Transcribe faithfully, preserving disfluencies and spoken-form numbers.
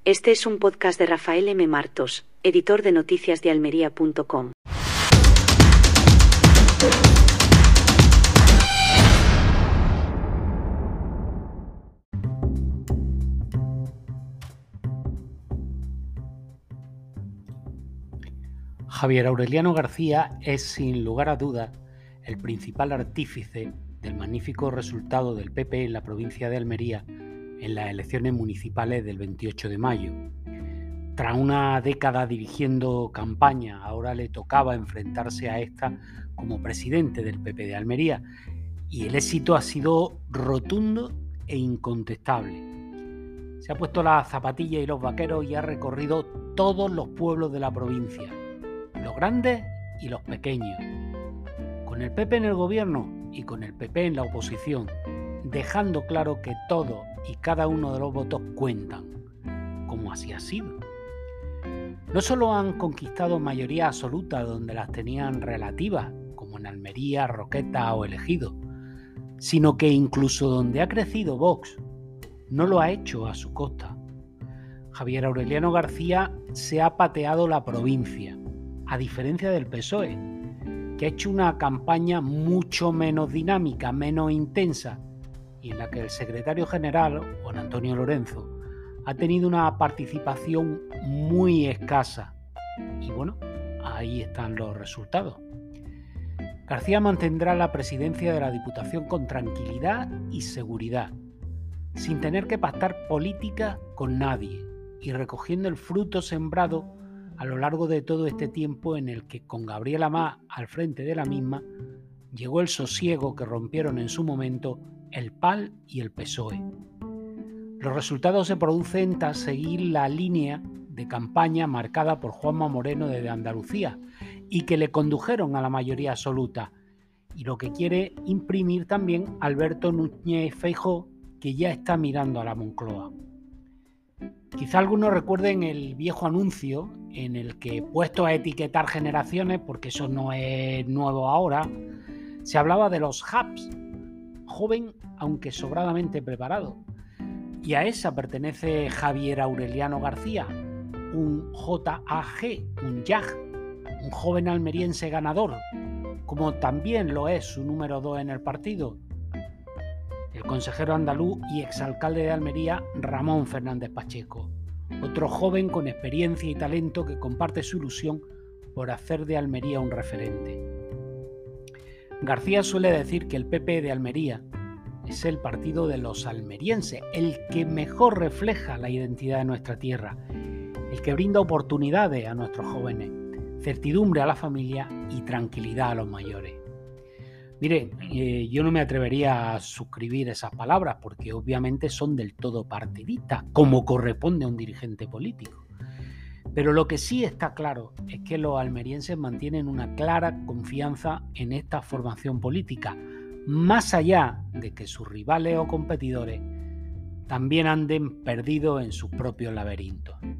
Este es un podcast de Rafael M. Martos, editor de noticias de almería punto com. Javier Aureliano García es, sin lugar a dudas, el principal artífice del magnífico resultado del P P en la provincia de Almería en las elecciones municipales del veintiocho de mayo. Tras una década dirigiendo campaña, ahora le tocaba enfrentarse a esta como presidente del P P de Almería, y el éxito ha sido rotundo e incontestable. Se ha puesto las zapatillas y los vaqueros y ha recorrido todos los pueblos de la provincia, los grandes y los pequeños, con el P P en el gobierno y con el P P en la oposición, dejando claro que todos y cada uno de los votos cuentan, como así ha sido. No solo han conquistado mayoría absoluta donde las tenían relativas, como en Almería, Roqueta o El Ejido, sino que incluso donde ha crecido Vox, no lo ha hecho a su costa. Javier Aureliano García se ha pateado la provincia, a diferencia del P S O E, que ha hecho una campaña mucho menos dinámica, menos intensa, y en la que el secretario general, Juan Antonio Lorenzo, ha tenido una participación muy escasa. Y bueno, ahí están los resultados. García mantendrá la presidencia de la Diputación con tranquilidad y seguridad, sin tener que pactar política con nadie y recogiendo el fruto sembrado a lo largo de todo este tiempo en el que, con Gabriel Amá al frente de la misma, llegó el sosiego que rompieron en su momento el P A L y el P S O E. Los resultados se producen tras seguir la línea de campaña marcada por Juanma Moreno desde Andalucía y que le condujeron a la mayoría absoluta, y lo que quiere imprimir también Alberto Núñez Feijóo, que ya está mirando a la Moncloa. Quizá algunos recuerden el viejo anuncio en el que, puesto a etiquetar generaciones, porque eso no es nuevo ahora, se hablaba de los hubs, joven aunque sobradamente preparado. Y a esa pertenece Javier Aureliano García, un J A G, un J A G, un joven almeriense ganador, como también lo es su número dos en el partido, el consejero andaluz y exalcalde de Almería, Ramón Fernández Pacheco, otro joven con experiencia y talento que comparte su ilusión por hacer de Almería un referente. García suele decir que el P P de Almería es el partido de los almerienses, el que mejor refleja la identidad de nuestra tierra, el que brinda oportunidades a nuestros jóvenes, certidumbre a la familia y tranquilidad a los mayores. Mire, eh, yo no me atrevería a suscribir esas palabras porque obviamente son del todo partidistas, como corresponde a un dirigente político. Pero lo que sí está claro es que los almerienses mantienen una clara confianza en esta formación política, más allá de que sus rivales o competidores también anden perdidos en sus propios laberintos.